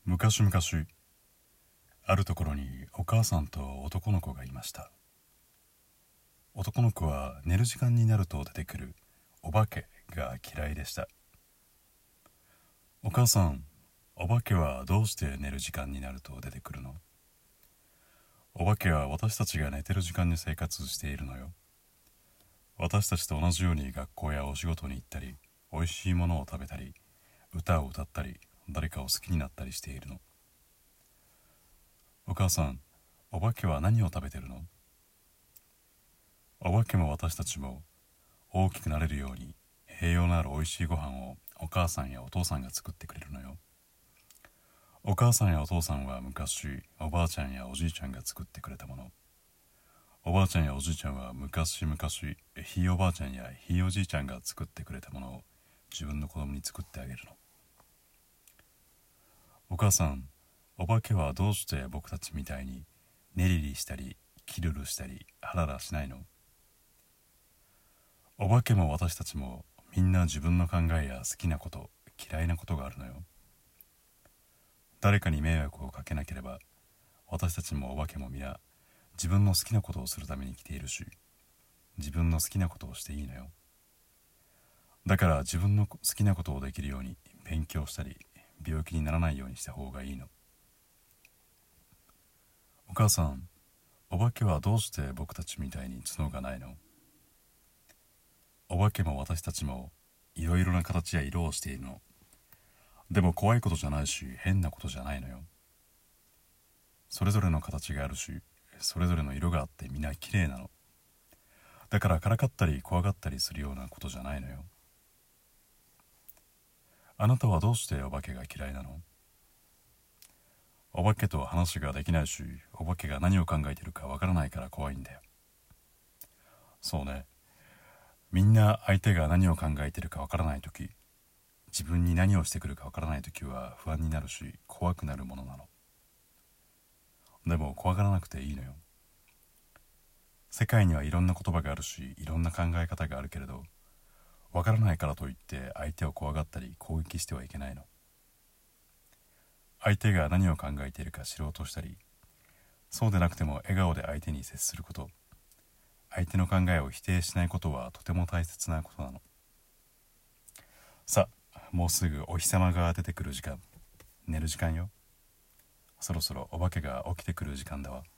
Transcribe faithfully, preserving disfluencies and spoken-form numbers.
昔々、あるところにお母さんと男の子がいました。男の子は寝る時間になると出てくるお化けが嫌いでした。お母さん、お化けはどうして寝る時間になると出てくるの？お化けは私たちが寝てる時間に生活しているのよ。私たちと同じように学校やお仕事に行ったり、おいしいものを食べたり、歌を歌ったり、誰かを好きになったりしているの。お母さん、お化けは何を食べてるの？お化けも私たちも大きくなれるように栄養のあるおいしいご飯をお母さんやお父さんが作ってくれるのよ。お母さんやお父さんは昔おばあちゃんやおじいちゃんが作ってくれたもの。おばあちゃんやおじいちゃんは昔々ひいおばあちゃんやひいおじいちゃんが作ってくれたものを自分の子供に作ってあげるの。お母さん、お化けはどうして僕たちみたいにねりりしたりキルルしたりハララしないの？お化けも私たちもみんな自分の考えや好きなこと嫌いなことがあるのよ。誰かに迷惑をかけなければ私たちもお化けも皆自分の好きなことをするために来ているし、自分の好きなことをしていいのよ。だから自分の好きなことをできるように勉強したり病気にならないようにした方がいいの。お母さん、お化けはどうして僕たちみたいに角がないの？お化けも私たちもいろいろな形や色をしているの。でも怖いことじゃないし変なことじゃないのよ。それぞれの形があるし、それぞれの色があってみんな綺麗なの。だからからかったり怖がったりするようなことじゃないのよ。あなたはどうしてお化けが嫌いなの？お化けと話ができないし、お化けが何を考えているかわからないから怖いんだよ。そうね。みんな相手が何を考えているかわからないとき、自分に何をしてくるかわからないときは不安になるし怖くなるものなの。でも怖がらなくていいのよ。世界にはいろんな言葉があるしいろんな考え方があるけれど、わからないからといって相手を怖がったり攻撃してはいけないの。相手が何を考えているか知ろうとしたり、そうでなくても笑顔で相手に接すること、相手の考えを否定しないことはとても大切なことなの。さあ、もうすぐお日様が出てくる時間、寝る時間よ。そろそろお化けが起きてくる時間だわ。